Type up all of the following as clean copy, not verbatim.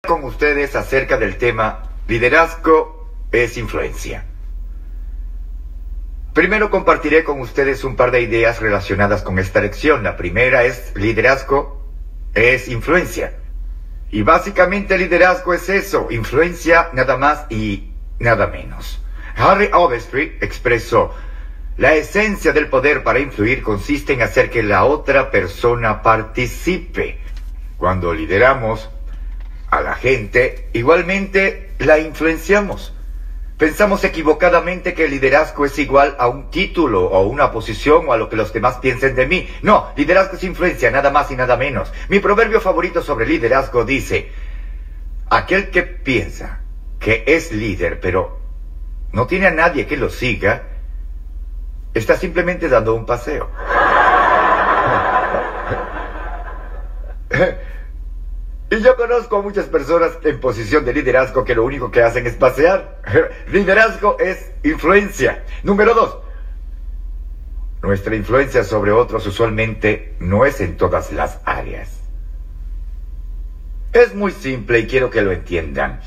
con ustedes acerca del tema liderazgo es influencia. Primero compartiré con ustedes un par de ideas relacionadas con esta lección. La primera es liderazgo es influencia. Y básicamente liderazgo es eso, influencia nada más y nada menos. Harry Overstreet expresó: la esencia del poder para influir consiste en hacer que la otra persona participe. Cuando lideramos a la gente, igualmente la influenciamos. Pensamos equivocadamente que el liderazgo es igual a un título o una posición o a lo que los demás piensen de mí. No, liderazgo es influencia, nada más y nada menos. Mi proverbio favorito sobre liderazgo dice: aquel que piensa que es líder pero no tiene a nadie que lo siga, está simplemente dando un paseo. Y yo conozco a muchas personas en posición de liderazgo que lo único que hacen es pasear. Liderazgo es influencia. Número 2. Nuestra influencia sobre otros usualmente no es en todas las áreas. Es muy simple y quiero que lo entiendan.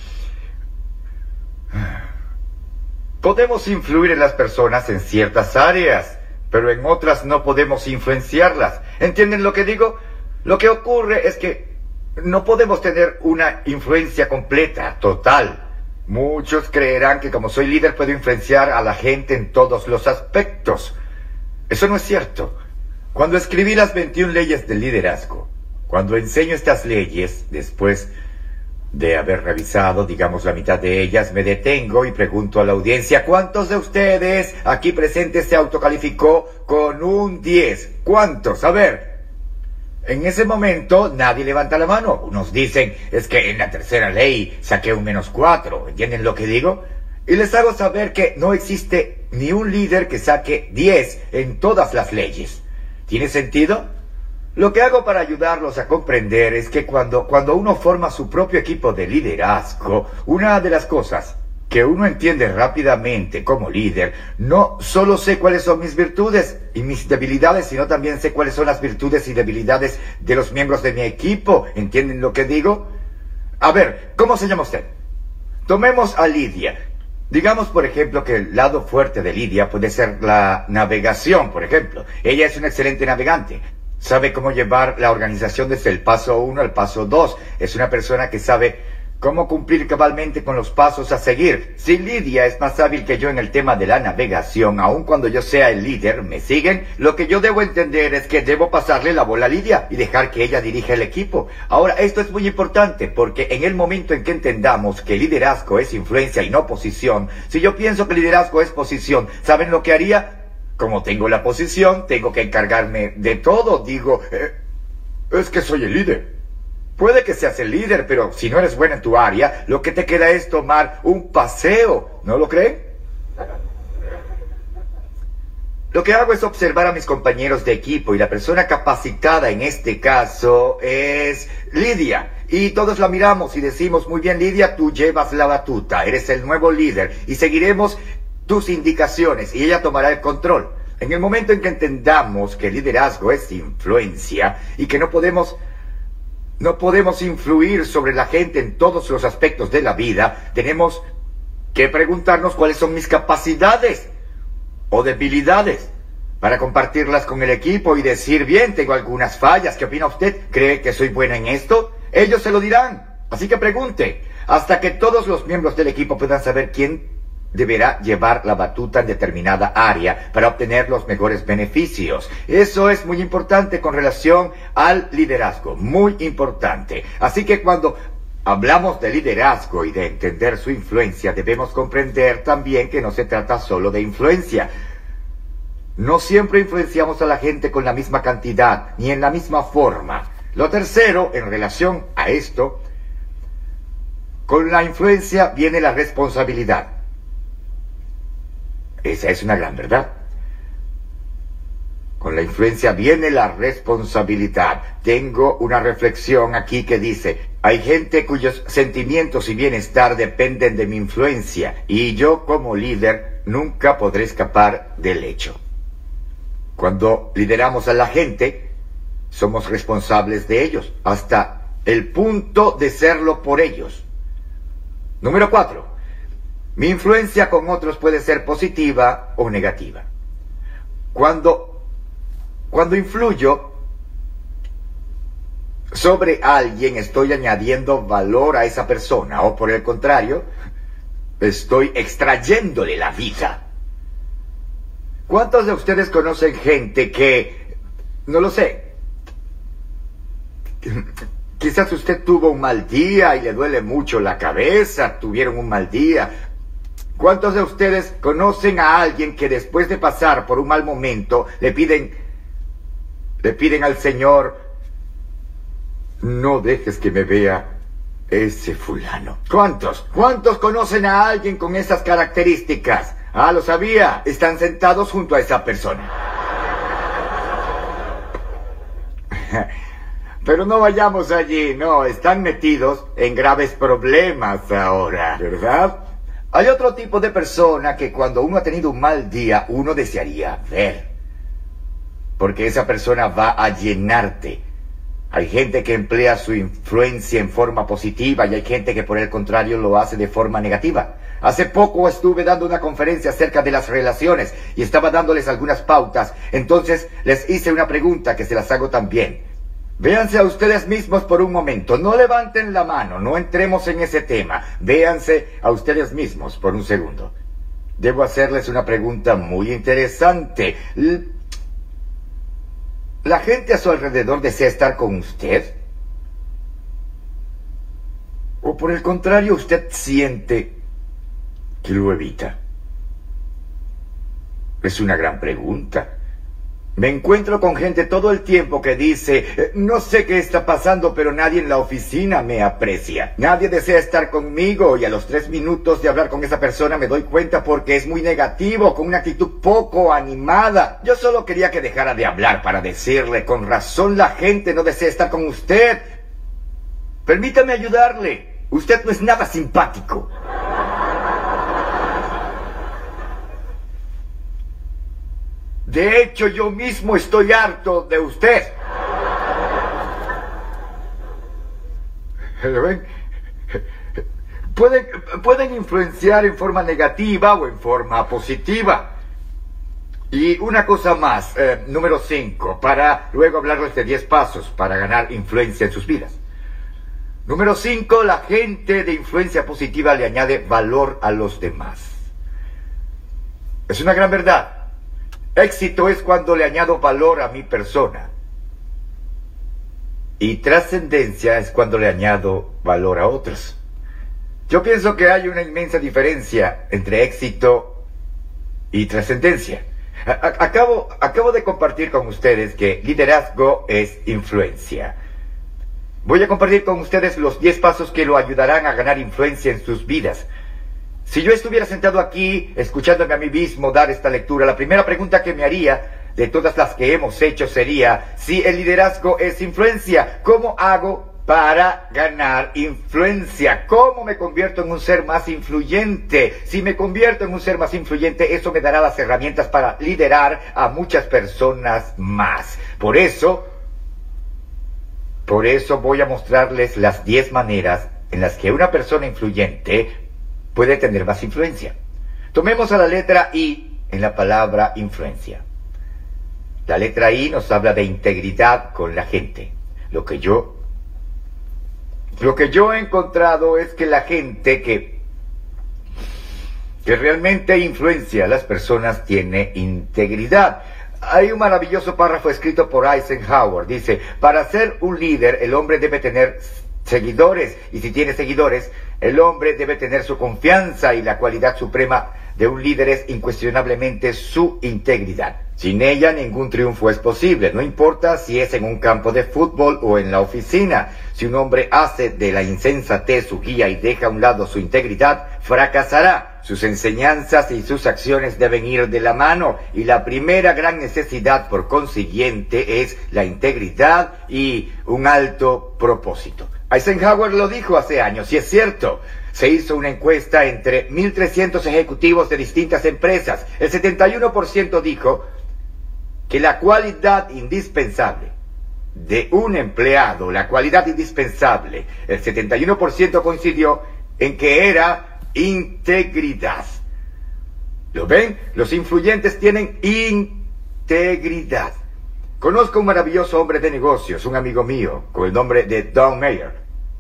Podemos influir en las personas en ciertas áreas, pero en otras no podemos influenciarlas. ¿Entienden lo que digo? Lo que ocurre es que no podemos tener una influencia completa, total. Muchos creerán que como soy líder puedo influenciar a la gente en todos los aspectos. Eso no es cierto. Cuando escribí las 21 leyes del liderazgo, cuando enseño estas leyes, después de haber revisado, digamos, la mitad de ellas, me detengo y pregunto a la audiencia: ¿cuántos de ustedes aquí presentes se autocalificó con un 10? ¿Cuántos? A ver. En ese momento nadie levanta la mano. Unos dicen: es que en la tercera ley saqué un -4. ¿Entienden lo que digo? Y les hago saber que no existe ni un líder que saque 10 en todas las leyes. ¿Tiene sentido? Lo que hago para ayudarlos a comprender es que cuando uno forma su propio equipo de liderazgo, una de las cosas que uno entiende rápidamente como líder, no solo sé cuáles son mis virtudes y mis debilidades, sino también sé cuáles son las virtudes y debilidades de los miembros de mi equipo. ¿Entienden lo que digo? A ver, ¿cómo se llama usted? Tomemos a Lidia. Digamos, por ejemplo, que el lado fuerte de Lidia puede ser la navegación, por ejemplo. Ella es una excelente navegante. Sabe cómo llevar la organización desde el paso 1 al paso 2. Es una persona que sabe cómo cumplir cabalmente con los pasos a seguir. Si Lidia es más hábil que yo en el tema de la navegación, aun cuando yo sea el líder, ¿me siguen? Lo que yo debo entender es que debo pasarle la bola a Lidia y dejar que ella dirija el equipo. Ahora, esto es muy importante porque en el momento en que entendamos que liderazgo es influencia y no posición, si yo pienso que liderazgo es posición, ¿saben lo que haría? Como tengo la posición, tengo que encargarme de todo. Digo, es que soy el líder. Puede que seas el líder, pero si no eres bueno en tu área, lo que te queda es tomar un paseo. ¿No lo creen? Lo que hago es observar a mis compañeros de equipo y la persona capacitada en este caso es Lidia. Y todos la miramos y decimos: muy bien, Lidia, tú llevas la batuta, eres el nuevo líder y seguiremos tus indicaciones y ella tomará el control. En el momento en que entendamos que el liderazgo es influencia y que no podemos influir sobre la gente en todos los aspectos de la vida, tenemos que preguntarnos cuáles son mis capacidades o debilidades para compartirlas con el equipo y decir: bien, tengo algunas fallas, ¿qué opina usted? ¿Cree que soy buena en esto? Ellos se lo dirán, así que pregunte, hasta que todos los miembros del equipo puedan saber quién deberá llevar la batuta en determinada área para obtener los mejores beneficios. Eso es muy importante con relación al liderazgo, muy importante. Así que cuando hablamos de liderazgo y de entender su influencia, debemos comprender también que no se trata solo de influencia. No siempre influenciamos a la gente con la misma cantidad, ni en la misma forma. Lo tercero, en relación a esto, con la influencia viene la responsabilidad. Esa es una gran verdad. Con la influencia viene la responsabilidad. Tengo una reflexión aquí que dice: hay gente cuyos sentimientos y bienestar dependen de mi influencia, y yo como líder nunca podré escapar del hecho. Cuando lideramos a la gente, somos responsables de ellos, hasta el punto de serlo por ellos. Número 4. Mi influencia con otros puede ser positiva o negativa. Cuando influyo sobre alguien, estoy añadiendo valor a esa persona, o por el contrario, estoy extrayéndole la vida. ¿Cuántos de ustedes conocen gente que, no lo sé, quizás usted tuvo un mal día y le duele mucho la cabeza, tuvieron un mal día? ¿Cuántos de ustedes conocen a alguien que después de pasar por un mal momento le piden al Señor: no dejes que me vea ese fulano? ¿Cuántos conocen a alguien con esas características? Ah, lo sabía. Están sentados junto a esa persona. Pero no vayamos allí, no. Están metidos en graves problemas ahora, ¿verdad? Hay otro tipo de persona que cuando uno ha tenido un mal día, uno desearía ver. Porque esa persona va a llenarte. Hay gente que emplea su influencia en forma positiva y hay gente que por el contrario lo hace de forma negativa. Hace poco estuve dando una conferencia acerca de las relaciones y estaba dándoles algunas pautas. Entonces les hice una pregunta que se las hago también. Véanse a ustedes mismos por un momento. No levanten la mano, no entremos en ese tema. Véanse a ustedes mismos por un segundo. Debo hacerles una pregunta muy interesante. ¿La gente a su alrededor desea estar con usted? ¿O por el contrario usted siente que lo evita? Es una gran pregunta. Me encuentro con gente todo el tiempo que dice: no sé qué está pasando, pero nadie en la oficina me aprecia. Nadie desea estar conmigo, y a los 3 minutos de hablar con esa persona me doy cuenta porque es muy negativo, con una actitud poco animada. Yo solo quería que dejara de hablar para decirle: con razón la gente no desea estar con usted. Permítame ayudarle. Usted no es nada simpático. De hecho, yo mismo estoy harto de usted. ¿Ven? Pueden influenciar en forma negativa o en forma positiva. Y una cosa más, número 5, para luego hablarles de 10 pasos para ganar influencia en sus vidas. Número 5, la gente de influencia positiva le añade valor a los demás. Es una gran verdad. Éxito es cuando le añado valor a mi persona. Y trascendencia es cuando le añado valor a otros. Yo pienso que hay una inmensa diferencia entre éxito y trascendencia. Acabo de compartir con ustedes que liderazgo es influencia. Voy a compartir con ustedes los 10 pasos que lo ayudarán a ganar influencia en sus vidas. Si yo estuviera sentado aquí, escuchándome a mí mismo dar esta lectura, la primera pregunta que me haría, de todas las que hemos hecho, sería: si el liderazgo es influencia, ¿cómo hago para ganar influencia? ¿Cómo me convierto en un ser más influyente? Si me convierto en un ser más influyente, eso me dará las herramientas para liderar a muchas personas más. Por eso voy a mostrarles las 10 maneras en las que una persona influyente puede tener más influencia. Tomemos a la letra I en la palabra influencia. La letra I nos habla de integridad con la gente. Lo que yo he encontrado es que la gente que realmente influencia a las personas tiene integridad. Hay un maravilloso párrafo escrito por Eisenhower. Dice: para ser un líder, el hombre debe tener seguidores, y si tiene seguidores, el hombre debe tener su confianza, y la cualidad suprema de un líder es incuestionablemente su integridad. Sin ella ningún triunfo es posible, no importa si es en un campo de fútbol o en la oficina. Si un hombre hace de la insensatez su guía y deja a un lado su integridad, fracasará. Sus enseñanzas y sus acciones deben ir de la mano, y la primera gran necesidad, por consiguiente, es la integridad y un alto propósito. Eisenhower lo dijo hace años, y es cierto. Se hizo una encuesta entre 1.300 ejecutivos de distintas empresas. El 71% dijo que la cualidad indispensable de un empleado, la cualidad indispensable, el 71% coincidió en que era integridad. ¿Lo ven? Los influyentes tienen integridad. Conozco un maravilloso hombre de negocios, un amigo mío, con el nombre de Don Mayer.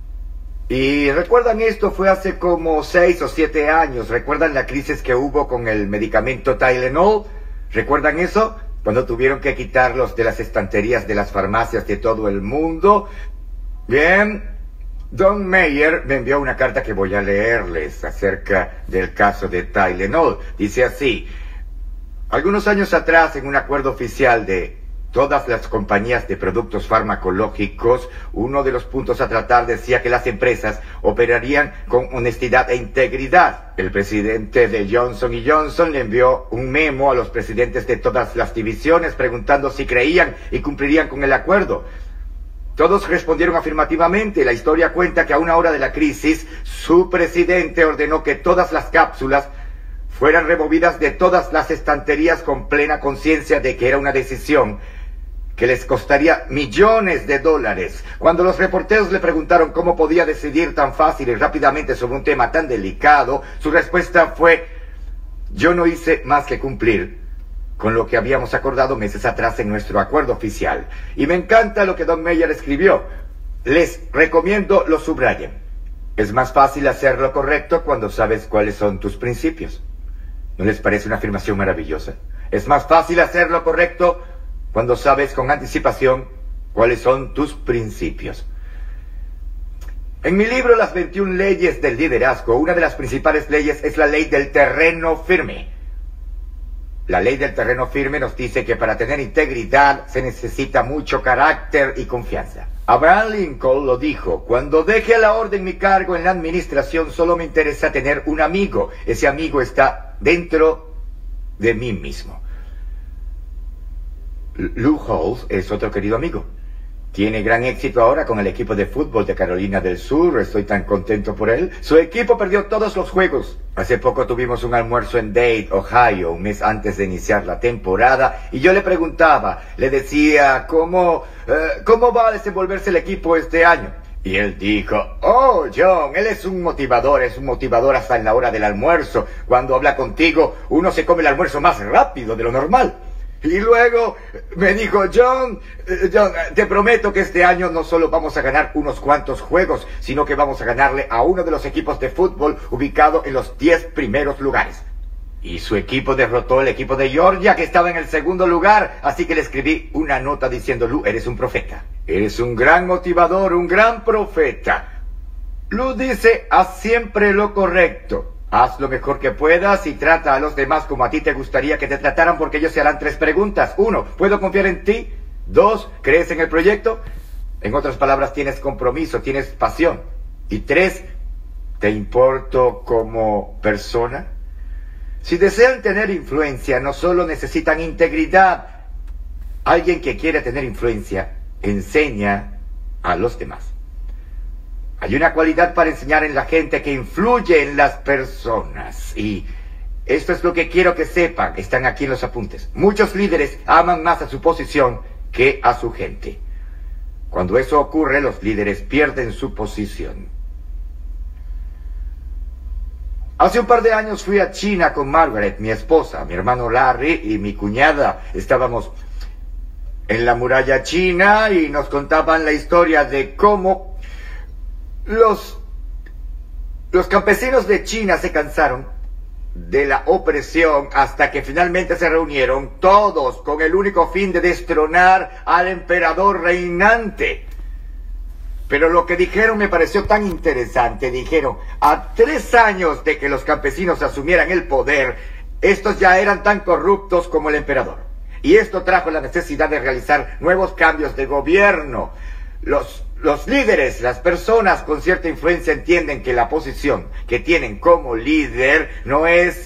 Y recuerdan esto, fue hace como 6 o 7 años. ¿Recuerdan la crisis que hubo con el medicamento Tylenol? ¿Recuerdan eso? Cuando tuvieron que quitarlos de las estanterías de las farmacias de todo el mundo. Bien, Don Mayer me envió una carta que voy a leerles acerca del caso de Tylenol. Dice así: algunos años atrás, en un acuerdo oficial de todas las compañías de productos farmacológicos, uno de los puntos a tratar decía que las empresas operarían con honestidad e integridad. El presidente de Johnson & Johnson le envió un memo a los presidentes de todas las divisiones preguntando si creían y cumplirían con el acuerdo. Todos respondieron afirmativamente. La historia cuenta que a una hora de la crisis, su presidente ordenó que todas las cápsulas fueran removidas de todas las estanterías con plena conciencia de que era una decisión que les costaría millones de dólares. Cuando los reporteros le preguntaron cómo podía decidir tan fácil y rápidamente sobre un tema tan delicado, su respuesta fue: yo no hice más que cumplir con lo que habíamos acordado meses atrás en nuestro acuerdo oficial. Y me encanta lo que Don Mayer escribió. Les recomiendo lo subrayen. Es más fácil hacer lo correcto cuando sabes cuáles son tus principios. ¿No les parece una afirmación maravillosa? Es más fácil hacer lo correcto cuando sabes con anticipación cuáles son tus principios. En mi libro Las 21 leyes del liderazgo, una de las principales leyes es la ley del terreno firme. La ley del terreno firme nos dice que para tener integridad se necesita mucho carácter y confianza. Abraham Lincoln lo dijo: cuando deje a la orden mi cargo en la administración, solo me interesa tener un amigo. Ese amigo está dentro de mí mismo. Lou Holtz es otro querido amigo. Tiene gran éxito ahora con el equipo de fútbol de Carolina del Sur. Estoy tan contento por él. Su equipo perdió todos los juegos. Hace poco tuvimos un almuerzo en Dade, Ohio, un mes antes de iniciar la temporada, y yo le preguntaba, le decía, ¿cómo va a desenvolverse el equipo este año? Y él dijo: oh, John, él es un motivador hasta en la hora del almuerzo. Cuando habla contigo, uno se come el almuerzo más rápido de lo normal. Y luego me dijo: John, te prometo que este año no solo vamos a ganar unos cuantos juegos, sino que vamos a ganarle a uno de los equipos de fútbol ubicado en los 10 primeros lugares. Y su equipo derrotó al equipo de Georgia, que estaba en el segundo lugar, así que le escribí una nota diciendo: Lou, eres un profeta. Eres un gran motivador, un gran profeta. Lou dice: haz siempre lo correcto. Haz lo mejor que puedas y trata a los demás como a ti te gustaría que te trataran, porque ellos se harán 3 preguntas. 1, ¿puedo confiar en ti? 2, ¿crees en el proyecto? En otras palabras, tienes compromiso, tienes pasión. Y 3, ¿te importo como persona? Si desean tener influencia, no solo necesitan integridad. Alguien que quiere tener influencia enseña a los demás. Hay una cualidad para enseñar en la gente que influye en las personas. Y esto es lo que quiero que sepan. Están aquí en los apuntes. Muchos líderes aman más a su posición que a su gente. Cuando eso ocurre, los líderes pierden su posición. Hace un par de años fui a China con Margaret, mi esposa, mi hermano Larry y mi cuñada. Estábamos en la muralla china y nos contaban la historia de cómo los campesinos de China se cansaron de la opresión hasta que finalmente se reunieron todos con el único fin de destronar al emperador reinante. Pero lo que dijeron me pareció tan interesante. Dijeron: a 3 años de que los campesinos asumieran el poder, estos ya eran tan corruptos como el emperador. Y esto trajo la necesidad de realizar nuevos cambios de gobierno. Los líderes, las personas con cierta influencia entienden que la posición que tienen como líder no es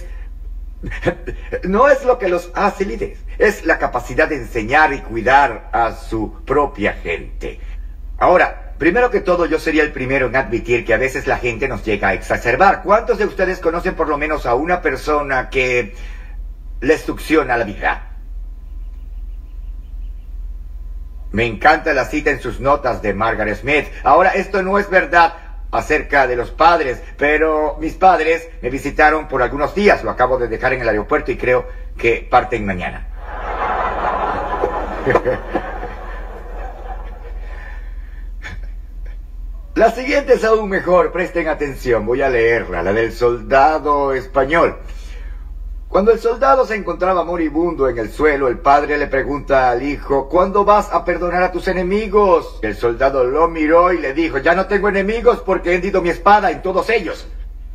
lo que los hace líderes, es la capacidad de enseñar y cuidar a su propia gente. Ahora, primero que todo, yo sería el primero en admitir que a veces la gente nos llega a exacerbar. ¿Cuántos de ustedes conocen por lo menos a una persona que les succiona la vida? Me encanta la cita en sus notas de Margaret Smith. Ahora, esto no es verdad acerca de los padres, pero mis padres me visitaron por algunos días. Lo acabo de dejar en el aeropuerto y creo que parten mañana. La siguiente es aún mejor, presten atención, voy a leerla, la del soldado español. Cuando el soldado se encontraba moribundo en el suelo, el padre le pregunta al hijo, ¿cuándo vas a perdonar a tus enemigos? El soldado lo miró y le dijo, ya no tengo enemigos porque he hendido mi espada en todos ellos.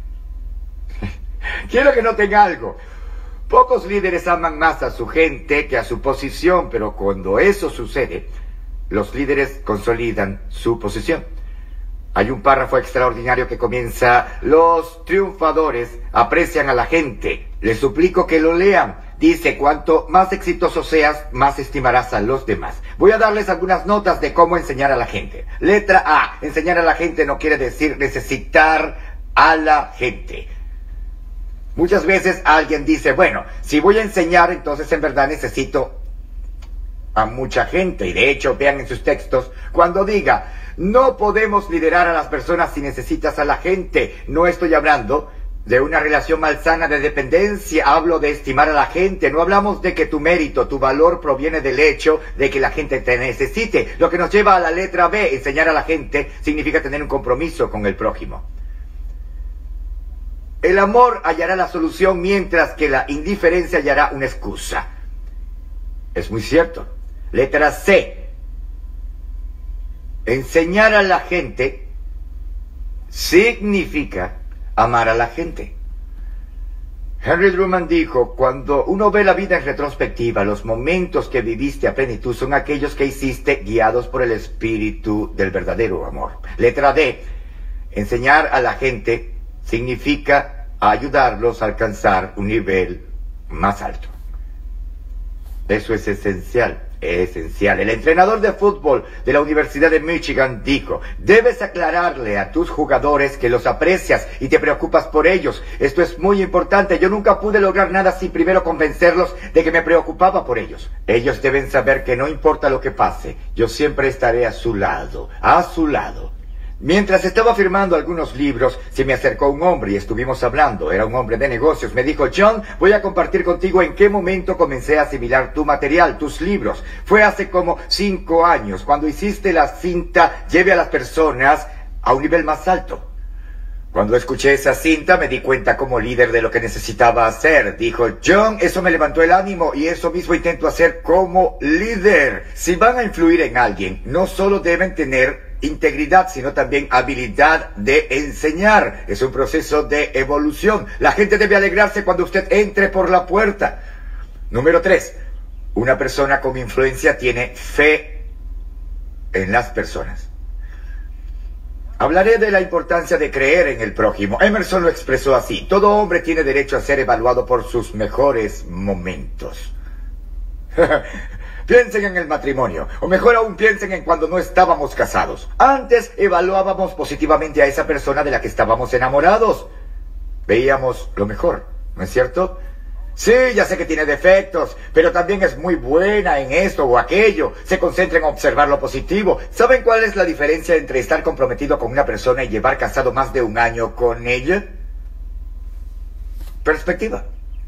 Quiero que noten algo. Pocos líderes aman más a su gente que a su posición, pero cuando eso sucede, los líderes consolidan su posición. Hay un párrafo extraordinario que comienza, los triunfadores aprecian a la gente. Les suplico que lo lean. Dice, cuanto más exitoso seas, más estimarás a los demás. Voy a darles algunas notas de cómo enseñar a la gente. Letra A, enseñar a la gente no quiere decir necesitar a la gente. Muchas veces alguien dice, bueno, si voy a enseñar, entonces en verdad necesito a mucha gente. Y de hecho, vean en sus textos, cuando diga, no podemos liderar a las personas si necesitas a la gente. No estoy hablando de una relación malsana de dependencia, hablo de estimar a la gente. No hablamos de que tu mérito, tu valor proviene del hecho de que la gente te necesite. Lo que nos lleva a la letra B, enseñar a la gente, significa tener un compromiso con el prójimo. El amor hallará la solución mientras que la indiferencia hallará una excusa. Es muy cierto. Letra C. Enseñar a la gente significa amar a la gente. Henry Truman dijo, cuando uno ve la vida en retrospectiva, los momentos que viviste a plenitud son aquellos que hiciste guiados por el espíritu del verdadero amor. Letra D. Enseñar a la gente significa ayudarlos a alcanzar un nivel más alto. Eso es esencial. Esencial. El entrenador de fútbol de la Universidad de Michigan dijo, debes aclararle a tus jugadores que los aprecias y te preocupas por ellos. Esto es muy importante. Yo nunca pude lograr nada sin primero convencerlos de que me preocupaba por ellos. Ellos deben saber que no importa lo que pase, yo siempre estaré a su lado, a su lado. Mientras estaba firmando algunos libros, se me acercó un hombre y estuvimos hablando. Era un hombre de negocios. Me dijo, John, voy a compartir contigo en qué momento comencé a asimilar tu material, tus libros. Fue hace como 5 años, cuando hiciste la cinta Lleve a las personas a un nivel más alto. Cuando escuché esa cinta me di cuenta como líder de lo que necesitaba hacer. Dijo, John, eso me levantó el ánimo y eso mismo intento hacer como líder. Si van a influir en alguien, no solo deben tener integridad, sino también habilidad de enseñar. Es un proceso de evolución. La gente debe alegrarse cuando usted entre por la puerta. Número 3. Una persona con influencia tiene fe en las personas. Hablaré de la importancia de creer en el prójimo. Emerson lo expresó así. Todo hombre tiene derecho a ser evaluado por sus mejores momentos. Piensen en el matrimonio, o mejor aún piensen en cuando no estábamos casados. Antes evaluábamos positivamente a esa persona de la que estábamos enamorados. Veíamos lo mejor, ¿no es cierto? Sí, ya sé que tiene defectos, pero también es muy buena en esto o aquello. Se concentra en observar lo positivo. ¿Saben cuál es la diferencia entre estar comprometido con una persona y llevar casado más de 1 año con ella? Perspectiva.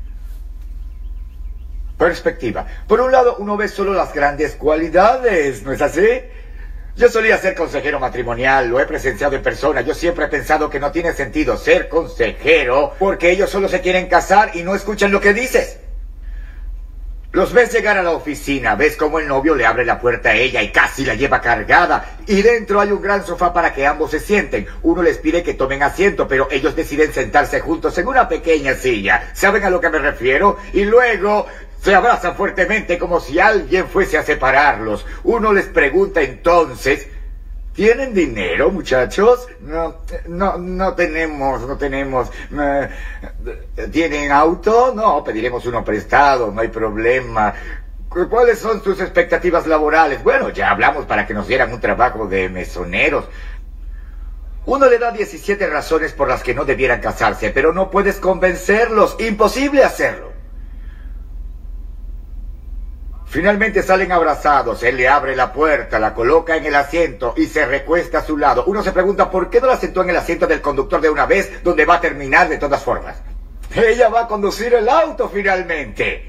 Perspectiva. Por un lado, uno ve solo las grandes cualidades, ¿no es así? Yo solía ser consejero matrimonial, lo he presenciado en persona. Yo siempre he pensado que no tiene sentido ser consejero porque ellos solo se quieren casar y no escuchan lo que dices. Los ves llegar a la oficina, ves cómo el novio le abre la puerta a ella y casi la lleva cargada. Y dentro hay un gran sofá para que ambos se sienten. Uno les pide que tomen asiento, pero ellos deciden sentarse juntos en una pequeña silla. ¿Saben a lo que me refiero? Y luego se abrazan fuertemente como si alguien fuese a separarlos. Uno les pregunta entonces, ¿tienen dinero, muchachos? No tenemos. ¿Tienen auto? No, pediremos uno prestado, no hay problema. ¿Cuáles son sus expectativas laborales? Bueno, ya hablamos para que nos dieran un trabajo de mesoneros. Uno le da 17 razones por las que no debieran casarse, pero no puedes convencerlos. Imposible hacerlo. Finalmente salen abrazados, él le abre la puerta, la coloca en el asiento y se recuesta a su lado. Uno se pregunta, ¿por qué no la sentó en el asiento del conductor de una vez, donde va a terminar de todas formas? Ella va a conducir el auto finalmente.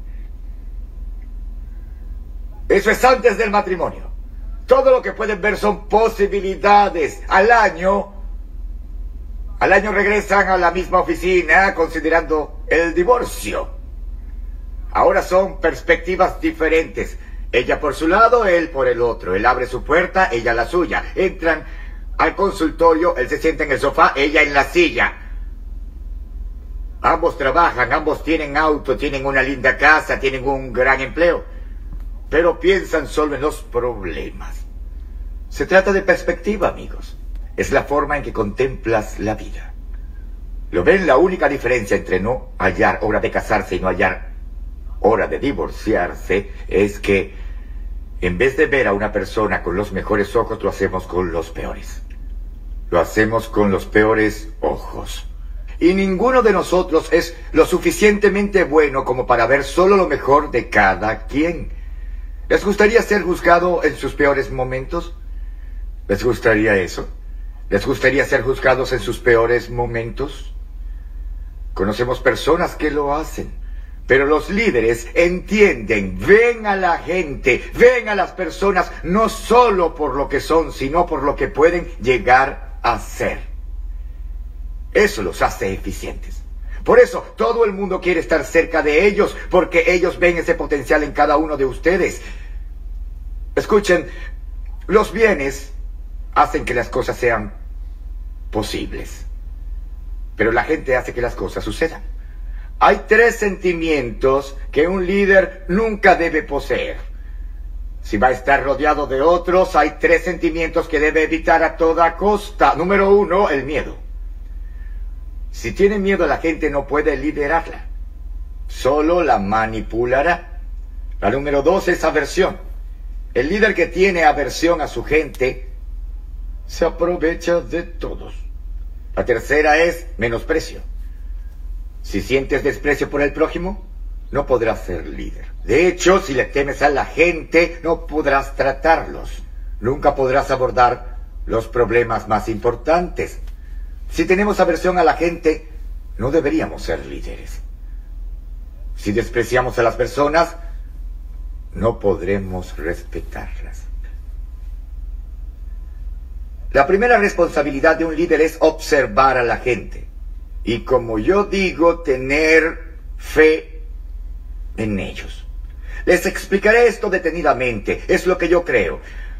Eso es antes del matrimonio. Todo lo que pueden ver son posibilidades. Al año regresan a la misma oficina considerando el divorcio. Ahora son perspectivas diferentes. Ella por su lado, él por el otro. Él abre su puerta, ella la suya. Entran al consultorio, él se sienta en el sofá, ella en la silla. Ambos trabajan, ambos tienen auto, tienen una linda casa, tienen un gran empleo. Pero piensan solo en los problemas. Se trata de perspectiva, amigos. Es la forma en que contemplas la vida. ¿Lo ven? La única diferencia entre no hallar hora de casarse y no hallar hora de divorciarse es que en vez de ver a una persona con los mejores ojos, lo hacemos con los peores. Lo hacemos con los peores ojos. Y ninguno de nosotros es lo suficientemente bueno como para ver solo lo mejor de cada quien. ¿Les gustaría ser juzgado en sus peores momentos? ¿Les gustaría eso? ¿Les gustaría ser juzgados en sus peores momentos? Conocemos personas que lo hacen. Pero los líderes entienden, ven a la gente, ven a las personas no solo por lo que son, sino por lo que pueden llegar a ser. Eso los hace eficientes. Por eso todo el mundo quiere estar cerca de ellos, porque ellos ven ese potencial en cada uno de ustedes. Escuchen, los bienes hacen que las cosas sean posibles, pero la gente hace que las cosas sucedan. Hay 3 sentimientos que un líder nunca debe poseer. Si va a estar rodeado de otros, hay 3 sentimientos que debe evitar a toda costa. Número 1, el miedo. Si tiene miedo, la gente no puede liderarla. Solo la manipulará. La número 2 es aversión. El líder que tiene aversión a su gente se aprovecha de todos. La tercera es menosprecio. Si sientes desprecio por el prójimo, no podrás ser líder. De hecho, si le temes a la gente, no podrás tratarlos. Nunca podrás abordar los problemas más importantes. Si tenemos aversión a la gente, no deberíamos ser líderes. Si despreciamos a las personas, no podremos respetarlas. La primera responsabilidad de un líder es observar a la gente. Y como yo digo, tener fe en ellos. Les explicaré esto detenidamente. Es lo que yo creo.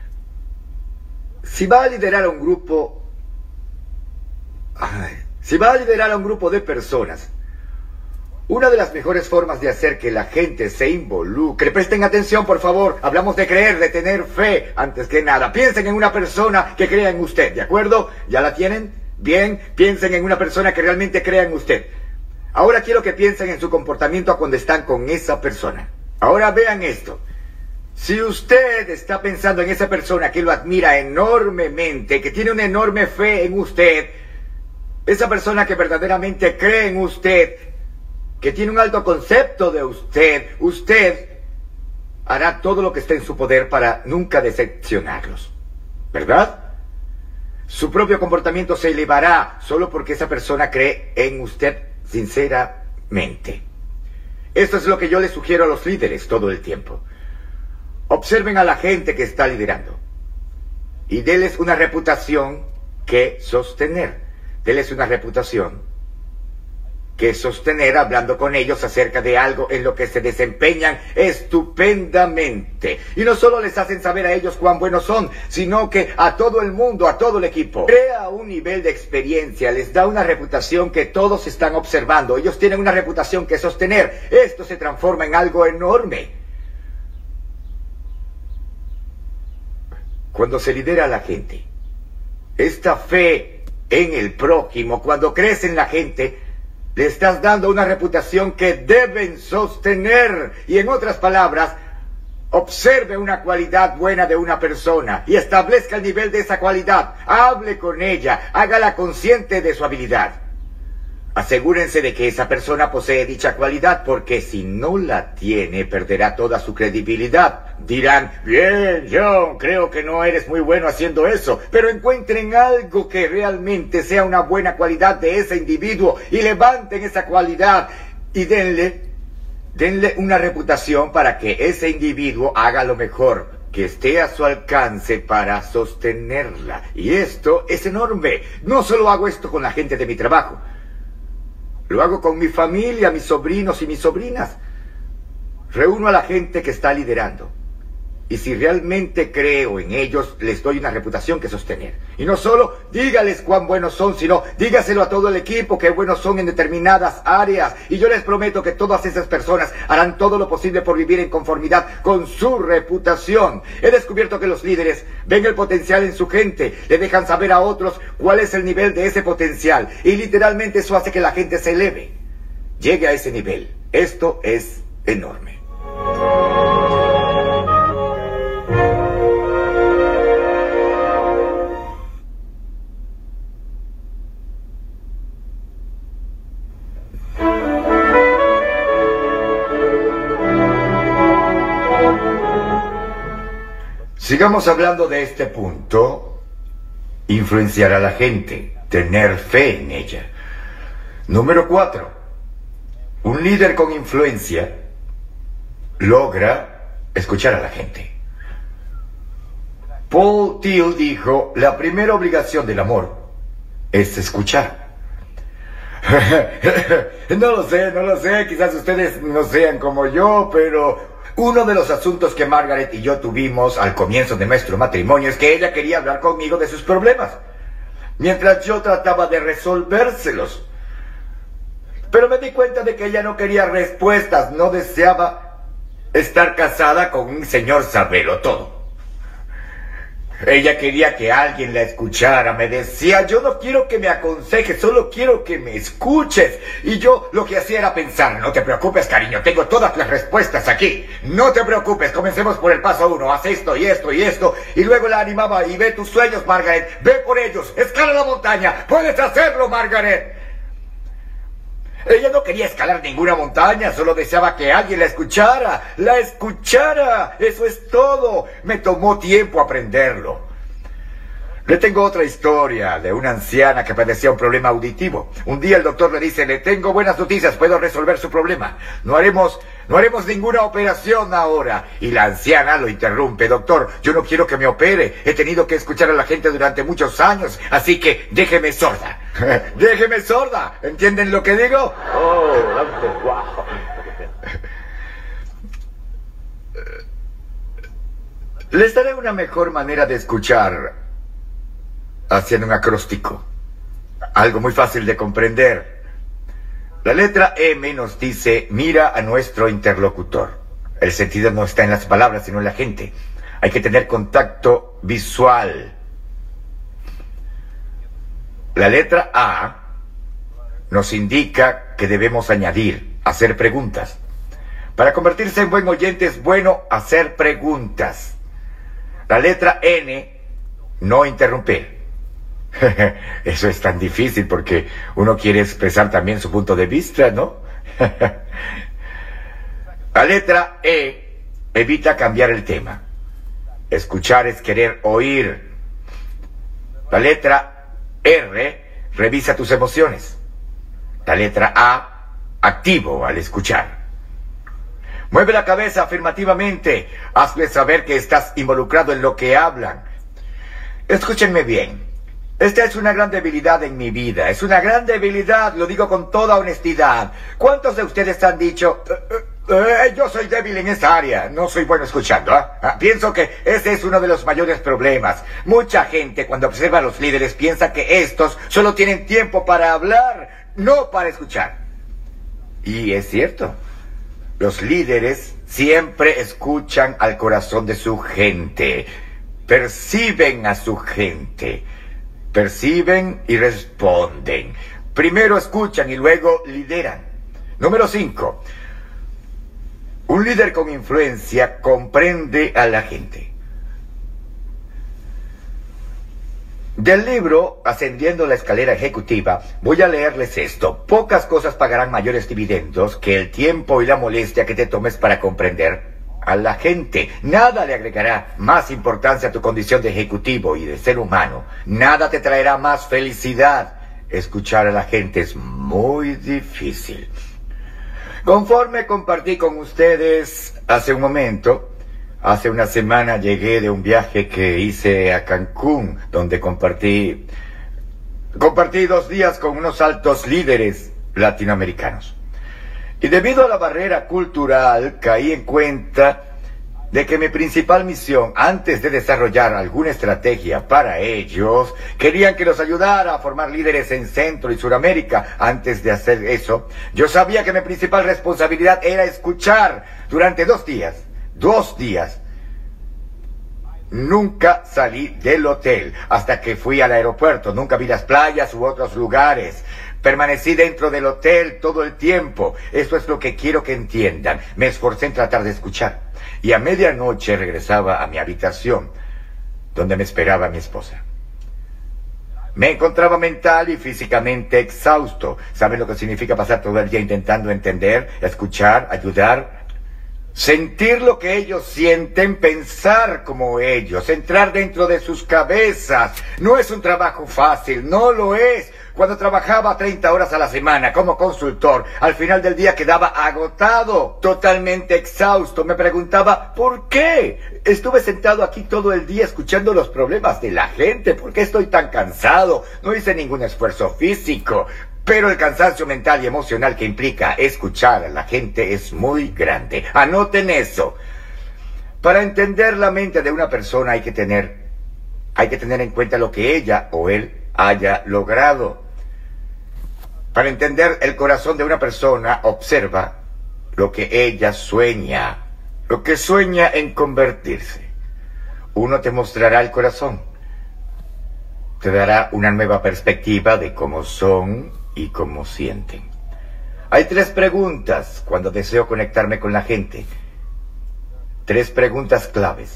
Si va a liderar a un grupo... Si va a liderar a un grupo de personas, una de las mejores formas de hacer que la gente se involucre... Presten atención, por favor. Hablamos de creer, de tener fe. Antes que nada, piensen en una persona que crea en usted, ¿de acuerdo? ¿Ya la tienen? Bien, piensen en una persona que realmente crea en usted. Ahora quiero que piensen en su comportamiento cuando están con esa persona. Ahora vean esto. Si usted está pensando en esa persona que lo admira enormemente, que tiene una enorme fe en usted, esa persona que verdaderamente cree en usted, que tiene un alto concepto de usted, usted hará todo lo que esté en su poder para nunca decepcionarlos. ¿Verdad? Su propio comportamiento se elevará solo porque esa persona cree en usted sinceramente. Esto es lo que yo les sugiero a los líderes todo el tiempo. Observen a la gente que está liderando y denles una reputación que sostener. Denles una reputación que sostener hablando con ellos acerca de algo en lo que se desempeñan estupendamente. Y no solo les hacen saber a ellos cuán buenos son, sino que a todo el mundo, a todo el equipo. Crea un nivel de experiencia, les da una reputación que todos están observando. Ellos tienen una reputación que sostener. Esto se transforma en algo enorme. Cuando se lidera a la gente, esta fe en el prójimo, cuando crees en la gente, le estás dando una reputación que deben sostener. Y en otras palabras, observe una cualidad buena de una persona y establezca el nivel de esa cualidad. Hable con ella, hágala consciente de su habilidad. Asegúrense de que esa persona posee dicha cualidad, porque si no la tiene, perderá toda su credibilidad. Dirán, bien, John, creo que no eres muy bueno haciendo eso, pero encuentren algo que realmente sea una buena cualidad de ese individuo y levanten esa cualidad y denle una reputación para que ese individuo haga lo mejor que esté a su alcance para sostenerla. Y esto es enorme. No solo hago esto con la gente de mi trabajo. Lo hago con mi familia, mis sobrinos y mis sobrinas. Reúno a la gente que está liderando. Y si realmente creo en ellos, les doy una reputación que sostener. Y no solo dígales cuán buenos son, sino dígaselo a todo el equipo que buenos son en determinadas áreas. Y yo les prometo que todas esas personas harán todo lo posible por vivir en conformidad con su reputación. He descubierto que los líderes ven el potencial en su gente, le dejan saber a otros cuál es el nivel de ese potencial. Y literalmente eso hace que la gente se eleve, llegue a ese nivel. Esto es enorme. Sigamos hablando de este punto. Influenciar a la gente, tener fe en ella. Número 4. Un líder con influencia logra escuchar a la gente. Paul Thiel dijo, la primera obligación del amor es escuchar. No lo sé, quizás ustedes no sean como yo, pero uno de los asuntos que Margaret y yo tuvimos al comienzo de nuestro matrimonio es que ella quería hablar conmigo de sus problemas, mientras yo trataba de resolvérselos. Pero me di cuenta de que ella no quería respuestas, no deseaba estar casada con un señor sabelotodo. Ella quería que alguien la escuchara. Me decía, yo no quiero que me aconsejes, solo quiero que me escuches. Y yo lo que hacía era pensar, no te preocupes, cariño, tengo todas las respuestas aquí. No te preocupes, comencemos por el paso 1, haz esto y esto y esto. Y luego la animaba, y ve tus sueños, Margaret, ve por ellos, escala la montaña, puedes hacerlo, Margaret. Ella no quería escalar ninguna montaña, solo deseaba que alguien la escuchara. ¡La escuchara! Eso es todo. Me tomó tiempo aprenderlo. Le tengo otra historia de una anciana que padecía un problema auditivo. Un día el doctor le dice, le tengo buenas noticias, puedo resolver su problema. No haremos ninguna operación ahora. Y la anciana lo interrumpe, doctor, yo no quiero que me opere. He tenido que escuchar a la gente durante muchos años, así que déjeme sorda. Déjeme sorda. ¿Entienden lo que digo? Oh, wow. Les daré una mejor manera de escuchar haciendo un acróstico. Algo muy fácil de comprender. La letra M nos dice, mira a nuestro interlocutor. El sentido no está en las palabras, sino en la gente. Hay que tener contacto visual. La letra A nos indica que debemos añadir, hacer preguntas. Para convertirse en buen oyente es bueno hacer preguntas. La letra N, no interrumpir. Eso es tan difícil porque uno quiere expresar también su punto de vista, ¿no? La letra E, evita cambiar el tema. Escuchar es querer oír. La letra R, revisa tus emociones. La letra A, activo al escuchar. Mueve la cabeza afirmativamente. Hazle saber que estás involucrado en lo que hablan. Escúchenme bien. Esta es una gran debilidad en mi vida. Es una gran debilidad, lo digo con toda honestidad. ¿Cuántos de ustedes han dicho, yo soy débil en esa área, no soy bueno escuchando? Pienso que ese es uno de los mayores problemas. Mucha gente cuando observa a los líderes piensa que estos solo tienen tiempo para hablar, no para escuchar. Y es cierto. Los líderes siempre escuchan al corazón de su gente. Perciben a su gente. Perciben y responden. Primero escuchan y luego lideran. Número 5. Un líder con influencia comprende a la gente. Del libro Ascendiendo la escalera ejecutiva, voy a leerles esto. Pocas cosas pagarán mayores dividendos que el tiempo y la molestia que te tomes para comprender a la gente. Nada le agregará más importancia a tu condición de ejecutivo y de ser humano. Nada te traerá más felicidad. Escuchar a la gente es muy difícil. Conforme compartí con ustedes hace un momento, hace una semana llegué de un viaje que hice a Cancún, donde compartí 2 días con unos altos líderes latinoamericanos. Y debido a la barrera cultural, caí en cuenta de que mi principal misión, antes de desarrollar alguna estrategia para ellos, querían que los ayudara a formar líderes en Centro y Suramérica. Antes de hacer eso, yo sabía que mi principal responsabilidad era escuchar durante 2 días. 2 días. Nunca salí del hotel hasta que fui al aeropuerto. Nunca vi las playas u otros lugares. Permanecí dentro del hotel todo el tiempo. Eso es lo que quiero que entiendan. Me esforcé en tratar de escuchar. Y a medianoche regresaba a mi habitación, donde me esperaba mi esposa. Me encontraba mental y físicamente exhausto. ¿Saben lo que significa pasar todo el día intentando entender, escuchar, ayudar? Sentir lo que ellos sienten, pensar como ellos, entrar dentro de sus cabezas. No es un trabajo fácil, no lo es. Cuando trabajaba 30 horas a la semana como consultor, al final del día quedaba agotado, totalmente exhausto. Me preguntaba, ¿por qué? Estuve sentado aquí todo el día escuchando los problemas de la gente. ¿Por qué estoy tan cansado? No hice ningún esfuerzo físico. Pero el cansancio mental y emocional que implica escuchar a la gente es muy grande. Anoten eso. Para entender la mente de una persona hay que tener en cuenta lo que ella o él haya logrado. Para entender el corazón de una persona, observa lo que ella sueña, lo que sueña en convertirse. Uno te mostrará el corazón, te dará una nueva perspectiva de cómo son y cómo sienten. Hay 3 preguntas cuando deseo conectarme con la gente. 3 preguntas claves.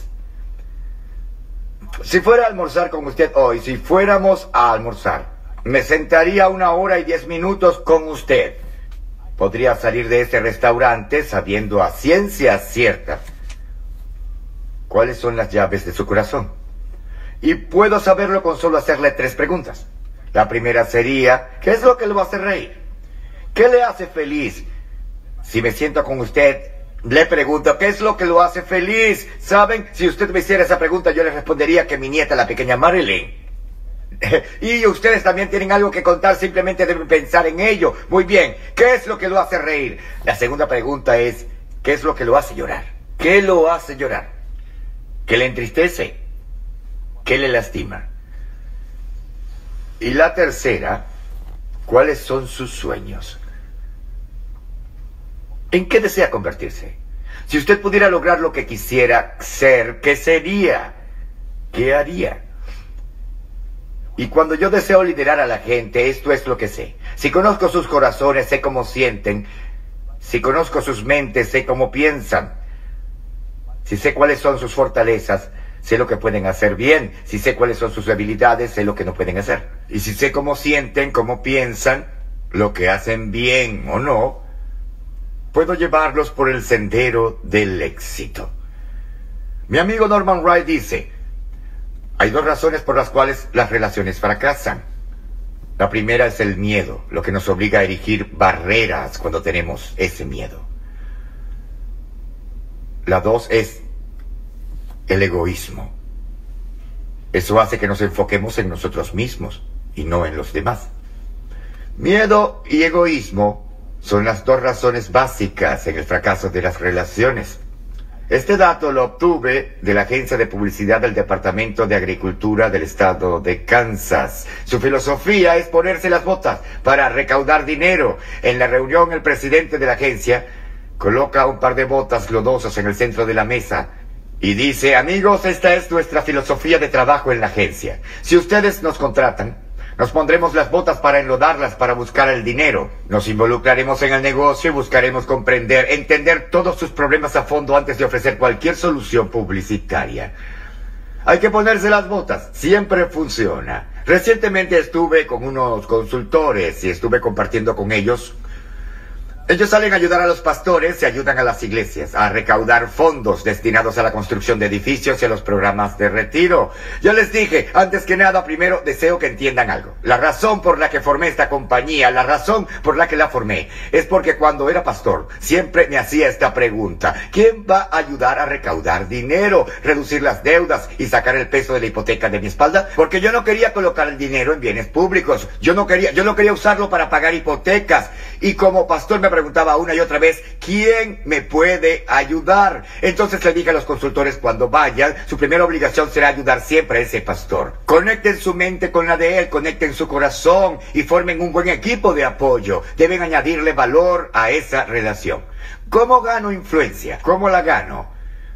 Si fuera a almorzar con usted hoy, si fuéramos a almorzar, me sentaría 1 hora y 10 minutos con usted. Podría salir de ese restaurante sabiendo a ciencia cierta cuáles son las llaves de su corazón. Y puedo saberlo con solo hacerle 3 preguntas. La primera sería, ¿qué es lo que lo hace reír? ¿Qué le hace feliz? Si me siento con usted, le pregunto, ¿qué es lo que lo hace feliz? ¿Saben? Si usted me hiciera esa pregunta, yo le respondería que mi nieta, la pequeña Marilyn. Y ustedes también tienen algo que contar, simplemente deben pensar en ello. Muy bien, ¿qué es lo que lo hace reír? La segunda pregunta es, ¿qué es lo que lo hace llorar? ¿Qué lo hace llorar? ¿Qué le entristece? ¿Qué le lastima? Y la tercera, ¿cuáles son sus sueños? ¿En qué desea convertirse? Si usted pudiera lograr lo que quisiera ser, ¿qué sería? ¿Qué haría? Y cuando yo deseo liderar a la gente, esto es lo que sé. Si conozco sus corazones, sé cómo sienten. Si conozco sus mentes, sé cómo piensan. Si sé cuáles son sus fortalezas, sé lo que pueden hacer bien. Si sé cuáles son sus debilidades, sé lo que no pueden hacer. Y si sé cómo sienten, cómo piensan, lo que hacen bien o no, puedo llevarlos por el sendero del éxito. Mi amigo Norman Wright dice, hay 2 razones por las cuales las relaciones fracasan. La primera es el miedo, lo que nos obliga a erigir barreras cuando tenemos ese miedo. La 2 es el egoísmo. Eso hace que nos enfoquemos en nosotros mismos y no en los demás. Miedo y egoísmo son las 2 razones básicas en el fracaso de las relaciones. Este dato lo obtuve de la agencia de publicidad del Departamento de Agricultura del estado de Kansas. Su filosofía es ponerse las botas para recaudar dinero. En la reunión, el presidente de la agencia coloca un par de botas lodosas en el centro de la mesa y dice, amigos, esta es nuestra filosofía de trabajo en la agencia. Si ustedes nos contratan, nos pondremos las botas para enlodarlas para buscar el dinero. Nos involucraremos en el negocio y buscaremos comprender, entender todos sus problemas a fondo antes de ofrecer cualquier solución publicitaria. Hay que ponerse las botas, siempre funciona. Recientemente estuve con unos consultores y estuve compartiendo con ellos. Ellos salen a ayudar a los pastores y ayudan a las iglesias a recaudar fondos destinados a la construcción de edificios y a los programas de retiro. Yo les dije, antes que nada, primero deseo que entiendan algo. La razón por la que formé esta compañía, la razón por la que la formé, es porque cuando era pastor siempre me hacía esta pregunta: ¿quién va a ayudar a recaudar dinero, reducir las deudas y sacar el peso de la hipoteca de mi espalda? Porque yo no quería colocar el dinero en bienes públicos. Yo no quería usarlo para pagar hipotecas. Y como pastor me preguntaba una y otra vez, ¿quién me puede ayudar? Entonces le dije a los consultores, cuando vayan, su primera obligación será ayudar siempre a ese pastor. Conecten su mente con la de él, conecten su corazón y formen un buen equipo de apoyo. Deben añadirle valor a esa relación. ¿Cómo gano influencia? ¿Cómo la gano?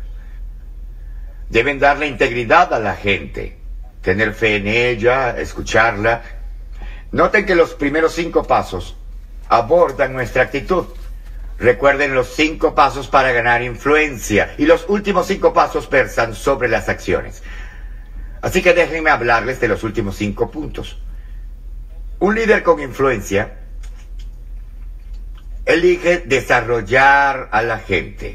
Deben darle integridad a la gente, tener fe en ella, escucharla. Noten que los primeros 5 pasos abordan nuestra actitud. Recuerden los 5 pasos para ganar influencia y los últimos 5 pasos versan sobre las acciones. Así que déjenme hablarles de los últimos 5 puntos. Un líder con influencia elige desarrollar a la gente.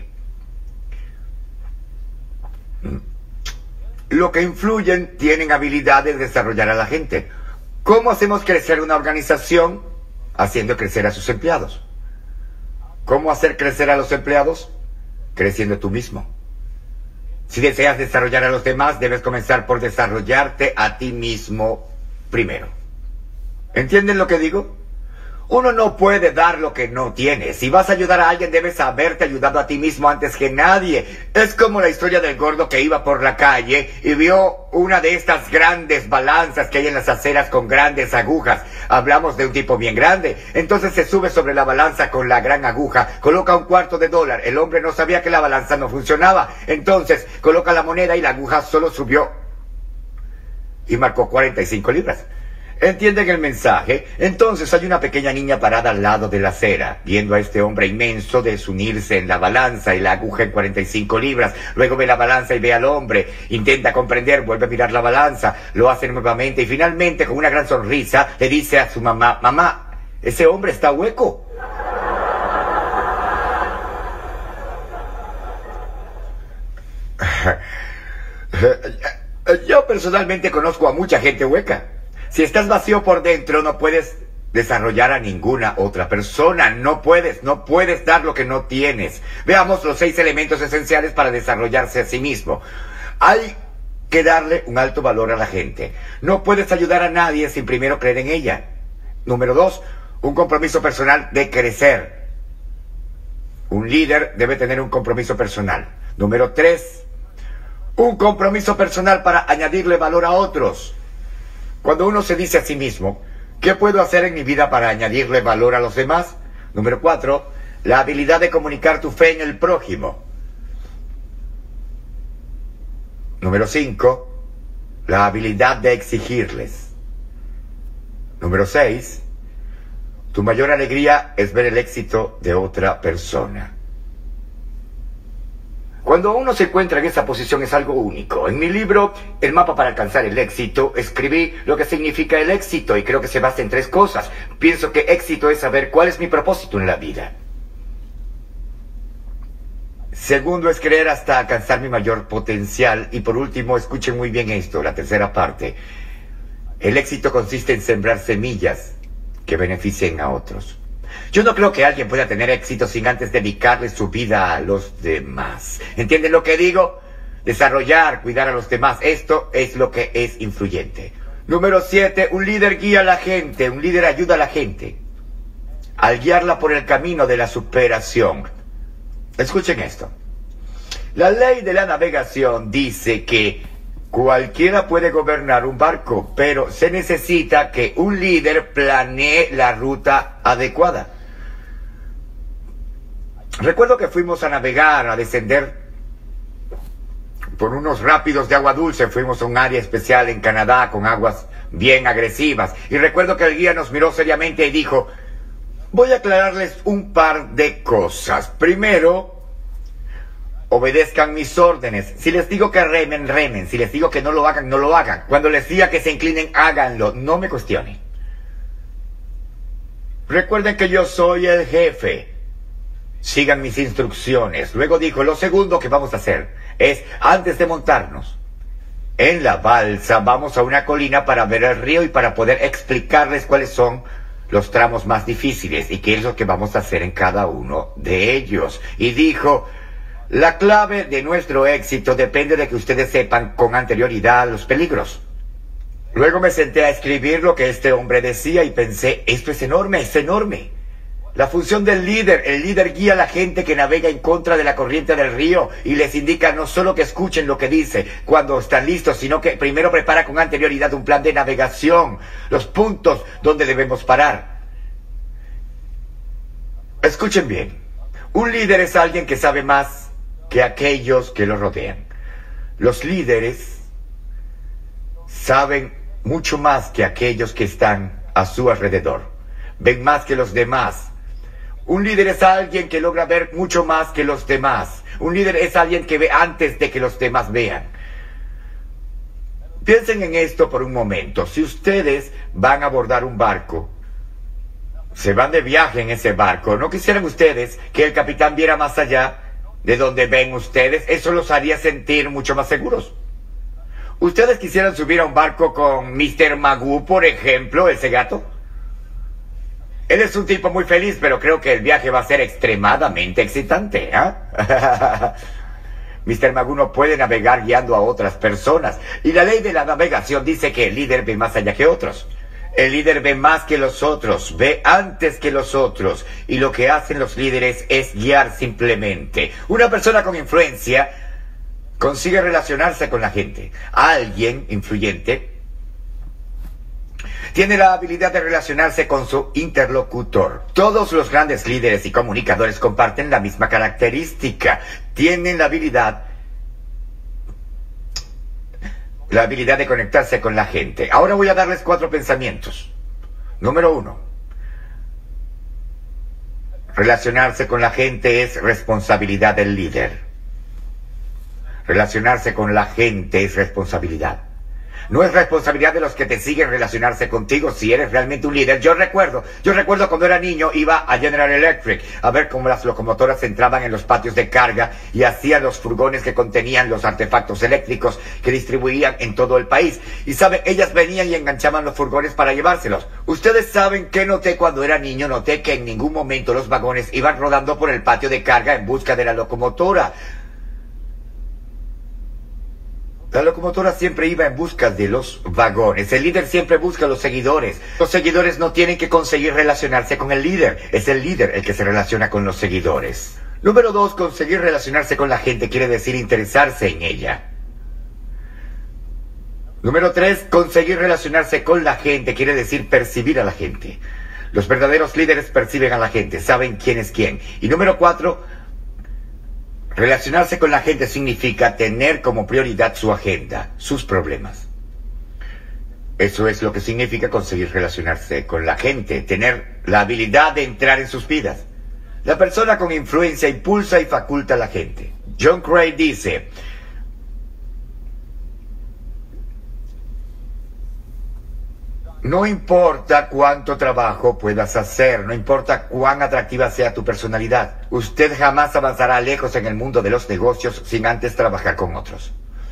Los que influyen tienen habilidad de desarrollar a la gente. ¿Cómo hacemos crecer una organización? Haciendo crecer a sus empleados. ¿Cómo hacer crecer a los empleados? Creciendo tú mismo. Si deseas desarrollar a los demás, debes comenzar por desarrollarte a ti mismo primero. ¿Entienden lo que digo? Uno no puede dar lo que no tiene. Si vas a ayudar a alguien, debes haberte ayudado a ti mismo antes que nadie. Es como la historia del gordo que iba por la calle y vio una de estas grandes balanzas que hay en las aceras con grandes agujas. Hablamos de un tipo bien grande. Entonces se sube sobre la balanza con la gran aguja, coloca $1/4. El hombre no sabía que la balanza no funcionaba. Entonces coloca la moneda y la aguja solo subió y marcó 45 libras. ¿Entienden el mensaje? Entonces hay una pequeña niña parada al lado de la acera, viendo a este hombre inmenso desunirse en la balanza y la aguja en 45 libras. Luego ve la balanza y ve al hombre. Intenta comprender, vuelve a mirar la balanza, lo hace nuevamente y finalmente, con una gran sonrisa, le dice a su mamá: mamá, ese hombre está hueco. Yo personalmente conozco a mucha gente hueca. Si estás vacío por dentro, no puedes desarrollar a ninguna otra persona. No puedes dar lo que no tienes. Veamos los 6 elementos esenciales para desarrollarse a sí mismo. Hay que darle un alto valor a la gente. No puedes ayudar a nadie sin primero creer en ella. Número 2, un compromiso personal de crecer. Un líder debe tener un compromiso personal. Número 3, un compromiso personal para añadirle valor a otros. Cuando uno se dice a sí mismo, ¿qué puedo hacer en mi vida para añadirle valor a los demás? Número 4, la habilidad de comunicar tu fe en el prójimo. Número 5, la habilidad de exigirles. Número 6, tu mayor alegría es ver el éxito de otra persona. Cuando uno se encuentra en esa posición es algo único. En mi libro, El mapa para alcanzar el éxito, escribí lo que significa el éxito y creo que se basa en 3 cosas. Pienso que éxito es saber cuál es mi propósito en la vida. Segundo es creer hasta alcanzar mi mayor potencial. Y por último, escuchen muy bien esto, la tercera parte. El éxito consiste en sembrar semillas que beneficien a otros. Yo no creo que alguien pueda tener éxito sin antes dedicarle su vida a los demás. ¿Entienden lo que digo? Desarrollar, cuidar a los demás. Esto es lo que es influyente. Número 7, un líder guía a la gente. Un líder ayuda a la gente al guiarla por el camino de la superación. Escuchen esto. La ley de la navegación dice que cualquiera puede gobernar un barco, pero se necesita que un líder planee la ruta adecuada. Recuerdo que fuimos a navegar, a descender por unos rápidos de agua dulce. Fuimos a un área especial en Canadá con aguas bien agresivas. Y recuerdo que el guía nos miró seriamente y dijo: voy a aclararles un par de cosas. Primero, Obedezcan mis órdenes. Si les digo que remen, remen. Si les digo que no lo hagan, no lo hagan. Cuando les diga que se inclinen, háganlo. No me cuestionen. Recuerden que yo soy el jefe. Sigan mis instrucciones. Luego dijo, lo segundo que vamos a hacer es, antes de montarnos en la balsa, vamos a una colina para ver el río y para poder explicarles cuáles son los tramos más difíciles y qué es lo que vamos a hacer en cada uno de ellos. Y dijo, la clave de nuestro éxito depende de que ustedes sepan con anterioridad los peligros. Luego me senté a escribir lo que este hombre decía y pensé, esto es enorme, es enorme. La función del líder, el líder guía a la gente que navega en contra de la corriente del río y les indica no solo que escuchen lo que dice cuando están listos, sino que primero prepara con anterioridad un plan de navegación, los puntos donde debemos parar. Escuchen bien, un líder es alguien que sabe más que aquellos que lo rodean. Los líderes saben mucho más que aquellos que están a su alrededor. Ven más que los demás. Un líder es alguien que logra ver mucho más que los demás. Un líder es alguien que ve antes de que los demás vean. Piensen en esto por un momento. Si ustedes van a abordar un barco, se van de viaje en ese barco, ¿no quisieran ustedes que el capitán viera más allá de donde ven ustedes? Eso los haría sentir mucho más seguros. ¿Ustedes quisieran subir a un barco con Mr. Magoo, por ejemplo, ese gato? Él es un tipo muy feliz, pero creo que el viaje va a ser extremadamente excitante, ¿eh? Mr. Magoo no puede navegar guiando a otras personas. Y la ley de la navegación dice que el líder ve más allá que otros. El líder ve más que los otros, ve antes que los otros. Y lo que hacen los líderes es guiar simplemente. Una persona con influencia consigue relacionarse con la gente. Alguien influyente tiene la habilidad de relacionarse con su interlocutor. Todos los grandes líderes y comunicadores comparten la misma característica. Tienen la habilidad de conectarse con la gente. Ahora voy a darles 4 pensamientos. Número 1. Relacionarse con la gente es responsabilidad del líder. Relacionarse con la gente es responsabilidad. No es responsabilidad de los que te siguen relacionarse contigo si eres realmente un líder. Yo recuerdo cuando era niño, iba a General Electric a ver cómo las locomotoras entraban en los patios de carga y hacían los furgones que contenían los artefactos eléctricos que distribuían en todo el país. Y saben, ellas venían y enganchaban los furgones para llevárselos. Ustedes saben que noté cuando era niño, noté que en ningún momento los vagones iban rodando por el patio de carga en busca de la locomotora. La locomotora siempre iba en busca de los vagones. El líder siempre busca a los seguidores. Los seguidores no tienen que conseguir relacionarse con el líder. Es el líder el que se relaciona con los seguidores. Número 2, conseguir relacionarse con la gente quiere decir interesarse en ella. Número 3, conseguir relacionarse con la gente quiere decir percibir a la gente. Los verdaderos líderes perciben a la gente, saben quién es quién. Y número 4, relacionarse con la gente significa tener como prioridad su agenda, sus problemas. Eso es lo que significa conseguir relacionarse con la gente, tener la habilidad de entrar en sus vidas. La persona con influencia impulsa y faculta a la gente. John Gray dice, no importa cuánto trabajo puedas hacer, no importa cuán atractiva sea tu personalidad, usted jamás avanzará lejos en el mundo de los negocios sin antes trabajar con otros.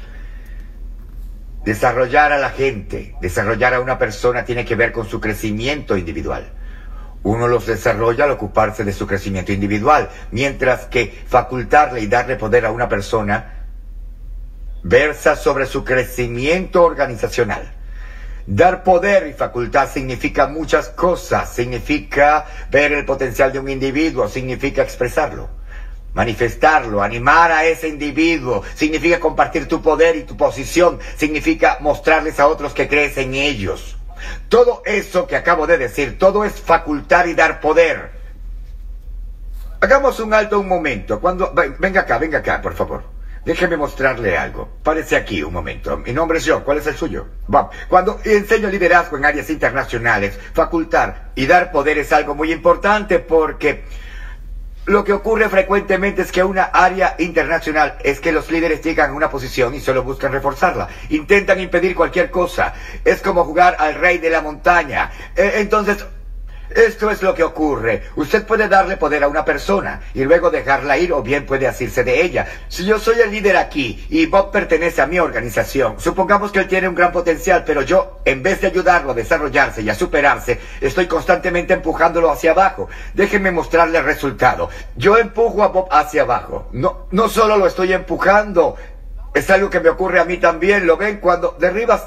Desarrollar a la gente, desarrollar a una persona tiene que ver con su crecimiento individual. Uno los desarrolla al ocuparse de su crecimiento individual, mientras que facultarle y darle poder a una persona versa sobre su crecimiento organizacional. Dar poder y facultad significa muchas cosas. Significa ver el potencial de un individuo, significa expresarlo, manifestarlo, animar a ese individuo, significa compartir tu poder y tu posición, significa mostrarles a otros que crees en ellos. Todo eso que acabo de decir, todo es facultar y dar poder. Hagamos un alto un momento. Venga acá, por favor. Déjeme mostrarle algo. Párese aquí un momento. Mi nombre es John. ¿Cuál es el suyo? Bob. Cuando enseño liderazgo en áreas internacionales, facultar y dar poder es algo muy importante porque Lo que ocurre frecuentemente es que una área internacional es que los líderes llegan a una posición y solo buscan reforzarla. Intentan impedir cualquier cosa. Es como jugar al rey de la montaña. Entonces, esto es lo que ocurre. Usted puede darle poder a una persona y luego dejarla ir, o bien puede asirse de ella. Si yo soy el líder aquí y Bob pertenece a mi organización, supongamos que él tiene un gran potencial, pero yo, en vez de ayudarlo a desarrollarse y a superarse, estoy constantemente empujándolo hacia abajo. Déjenme mostrarle el resultado. Yo empujo a Bob hacia abajo. No solo lo estoy empujando, es algo que me ocurre a mí también. ¿Lo ven? Cuando derribas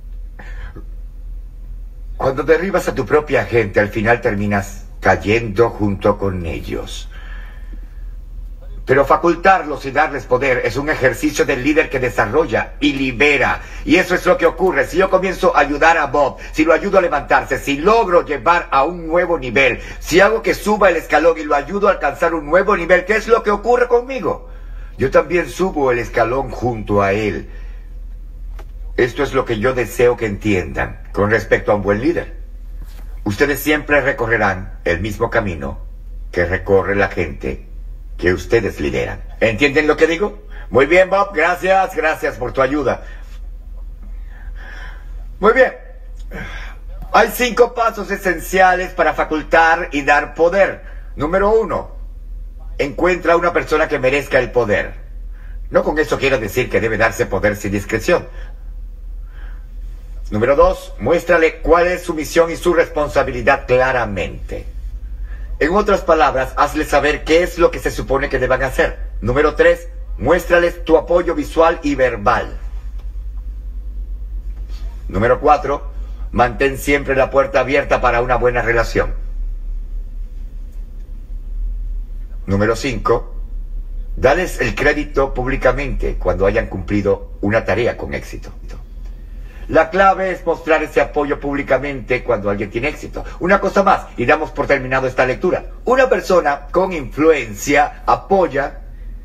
a tu propia gente, al final terminas cayendo junto con ellos. Pero facultarlos y darles poder es un ejercicio del líder que desarrolla y libera. Y eso es lo que ocurre. Si yo comienzo a ayudar a Bob, si lo ayudo a levantarse, si logro llevar a un nuevo nivel, si hago que suba el escalón y lo ayudo a alcanzar un nuevo nivel, ¿qué es lo que ocurre conmigo? Yo también subo el escalón junto a él. Esto es lo que yo deseo que entiendan con respecto a un buen líder. Ustedes siempre recorrerán el mismo camino que recorre la gente que ustedes lideran. ¿Entienden lo que digo? Muy bien, Bob, gracias por tu ayuda. Muy bien. Hay 5 pasos esenciales para facultar y dar poder. Número 1. Encuentra a una persona que merezca el poder. No con eso quiero decir que debe darse poder sin discreción. Número 2, muéstrale cuál es su misión y su responsabilidad claramente. En otras palabras, hazle saber qué es lo que se supone que deban hacer. Número 3, muéstrales tu apoyo visual y verbal. Número 4, mantén siempre la puerta abierta para una buena relación. Número 5, dales el crédito públicamente cuando hayan cumplido una tarea con éxito. La clave es mostrar ese apoyo públicamente cuando alguien tiene éxito. Una cosa más, y damos por terminado esta lectura. Una persona con influencia apoya.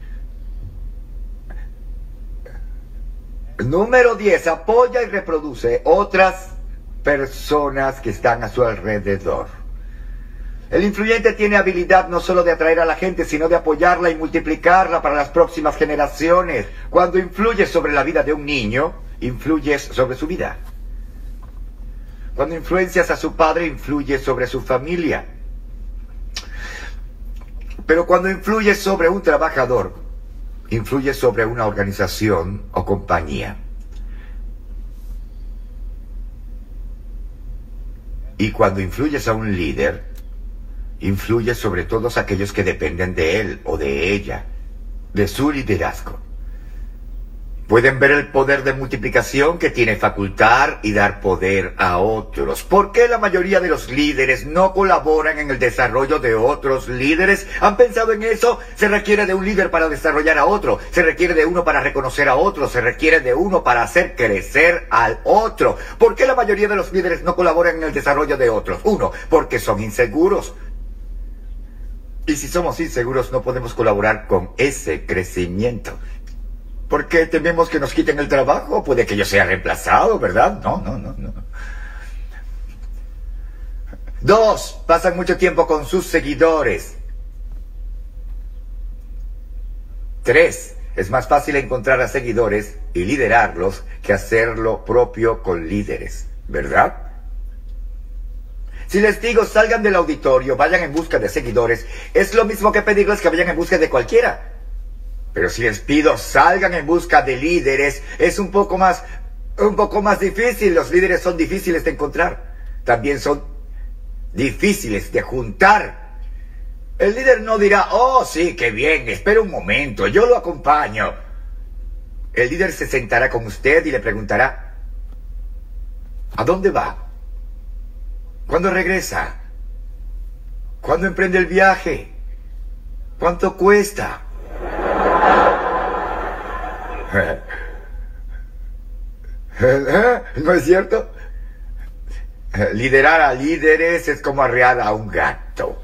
Número 10, apoya y reproduce otras personas que están a su alrededor. El influyente tiene habilidad no solo de atraer a la gente, sino de apoyarla y multiplicarla para las próximas generaciones. Cuando influyes sobre la vida de un niño, influyes sobre su vida. Cuando influencias a su padre, influyes sobre su familia. Pero cuando influyes sobre un trabajador, influyes sobre una organización o compañía. Y cuando influyes a un líder, influyes sobre todos aquellos que dependen de él o de ella, de su liderazgo. Pueden ver el poder de multiplicación que tiene facultar y dar poder a otros. ¿Por qué la mayoría de los líderes no colaboran en el desarrollo de otros líderes? ¿Han pensado en eso? Se requiere de un líder para desarrollar a otro. Se requiere de uno para reconocer a otro. Se requiere de uno para hacer crecer al otro. ¿Por qué la mayoría de los líderes no colaboran en el desarrollo de otros? 1, porque son inseguros. Y si somos inseguros, no podemos colaborar con ese crecimiento. Porque tememos que nos quiten el trabajo. Puede que yo sea reemplazado, ¿verdad? No. 2, pasan mucho tiempo con sus seguidores. 3, es más fácil encontrar a seguidores y liderarlos que hacer lo propio con líderes, ¿verdad? Si les digo salgan del auditorio, vayan en busca de seguidores, es lo mismo que pedirles que vayan en busca de cualquiera. Pero si les pido salgan en busca de líderes, es un poco más difícil. Los líderes son difíciles de encontrar. También son difíciles de juntar. El líder no dirá, oh sí, qué bien, espera un momento, yo lo acompaño. El líder se sentará con usted y le preguntará, ¿a dónde va? ¿Cuándo regresa? ¿Cuándo emprende el viaje? ¿Cuánto cuesta? ¿No es cierto? Liderar a líderes es como arrear a un gato.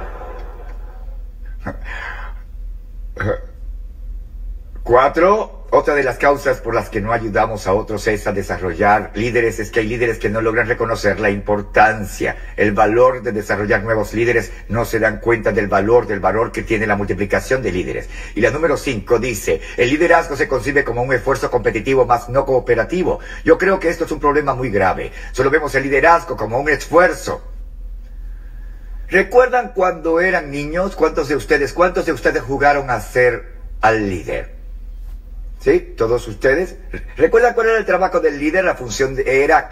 Cuatro, Otra de las causas por las que no ayudamos a otros es a desarrollar líderes, es que hay líderes que no logran reconocer la importancia, el valor de desarrollar nuevos líderes, no se dan cuenta del valor que tiene la multiplicación de líderes. Y la número 5 dice, el liderazgo se concibe como un esfuerzo competitivo más no cooperativo. Yo creo que esto es un problema muy grave. Solo vemos el liderazgo como un esfuerzo. ¿Recuerdan cuando eran niños? ¿Cuántos de ustedes jugaron a ser al líder? ¿Sí? ¿Todos ustedes? ¿Recuerdan cuál era el trabajo del líder? La función era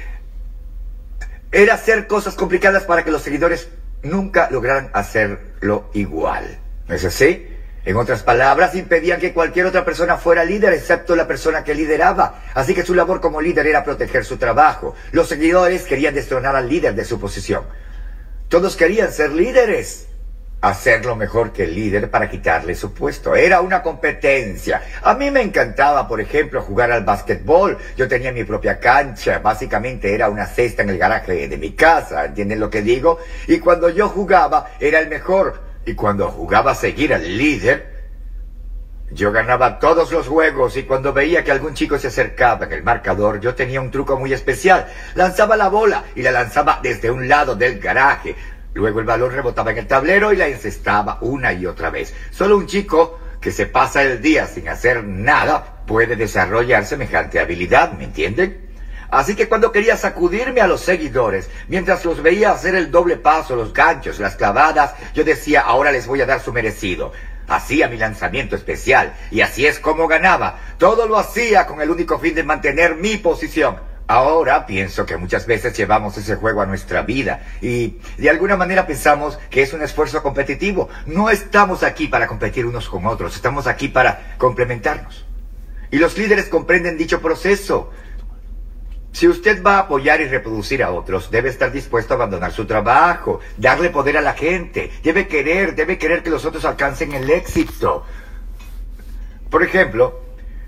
hacer cosas complicadas para que los seguidores nunca lograran hacerlo igual. ¿No es así? En otras palabras, impedían que cualquier otra persona fuera líder, excepto la persona que lideraba. Así que su labor como líder era proteger su trabajo. Los seguidores querían destronar al líder de su posición. Todos querían ser líderes. Hacerlo mejor que el líder para quitarle su puesto. Era una competencia. A mí me encantaba, por ejemplo, jugar al básquetbol. Yo tenía mi propia cancha. Básicamente era una cesta en el garaje de mi casa. ¿Entienden lo que digo? Y cuando yo jugaba, era el mejor. Y cuando jugaba a seguir al líder, yo ganaba todos los juegos. Y cuando veía que algún chico se acercaba en el marcador, yo tenía un truco muy especial. Lanzaba la bola y la lanzaba desde un lado del garaje. Luego el balón rebotaba en el tablero y la encestaba una y otra vez. Solo un chico que se pasa el día sin hacer nada puede desarrollar semejante habilidad, ¿me entienden? Así que cuando quería sacudirme a los seguidores, mientras los veía hacer el doble paso, los ganchos, las clavadas, yo decía, ahora les voy a dar su merecido. Hacía mi lanzamiento especial y así es como ganaba. Todo lo hacía con el único fin de mantener mi posición. Ahora pienso que muchas veces llevamos ese juego a nuestra vida y de alguna manera pensamos que es un esfuerzo competitivo. No estamos aquí para competir unos con otros, estamos aquí para complementarnos. Y los líderes comprenden dicho proceso. Si usted va a apoyar y reproducir a otros, debe estar dispuesto a abandonar su trabajo, darle poder a la gente, debe querer que los otros alcancen el éxito. Por ejemplo,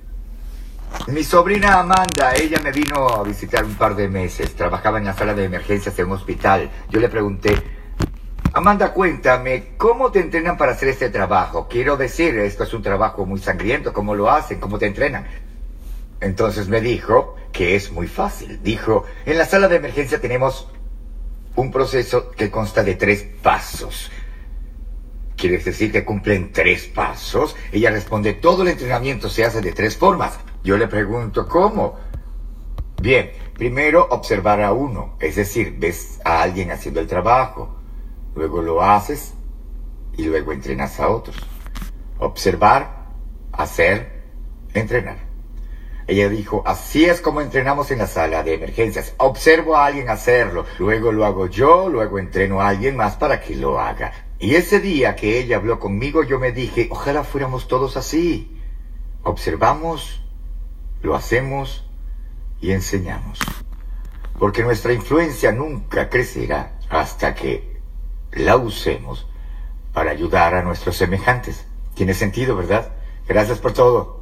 mi sobrina Amanda, ella me vino a visitar un par de meses. Trabajaba en la sala de emergencias de un hospital. Yo le pregunté, Amanda, cuéntame, ¿cómo te entrenan para hacer este trabajo? Quiero decir, esto es un trabajo muy sangriento. ¿Cómo lo hacen? ¿Cómo te entrenan? Entonces me dijo que es muy fácil. Dijo, en la sala de emergencia tenemos un proceso que consta de 3 pasos. ¿Quieres decir que cumplen 3 pasos? Ella responde, todo el entrenamiento se hace de 3 formas. Yo le pregunto, ¿cómo? Bien, primero observar a uno, es decir, ves a alguien haciendo el trabajo, luego lo haces y luego entrenas a otros. Observar, hacer, entrenar. Ella dijo, así es como entrenamos en la sala de emergencias. Observo a alguien hacerlo, luego lo hago yo, luego entreno a alguien más para que lo haga. Y ese día que ella habló conmigo, yo me dije, ojalá fuéramos todos así. Observamos, lo hacemos y enseñamos. Porque nuestra influencia nunca crecerá hasta que la usemos para ayudar a nuestros semejantes. Tiene sentido, ¿verdad? Gracias por todo.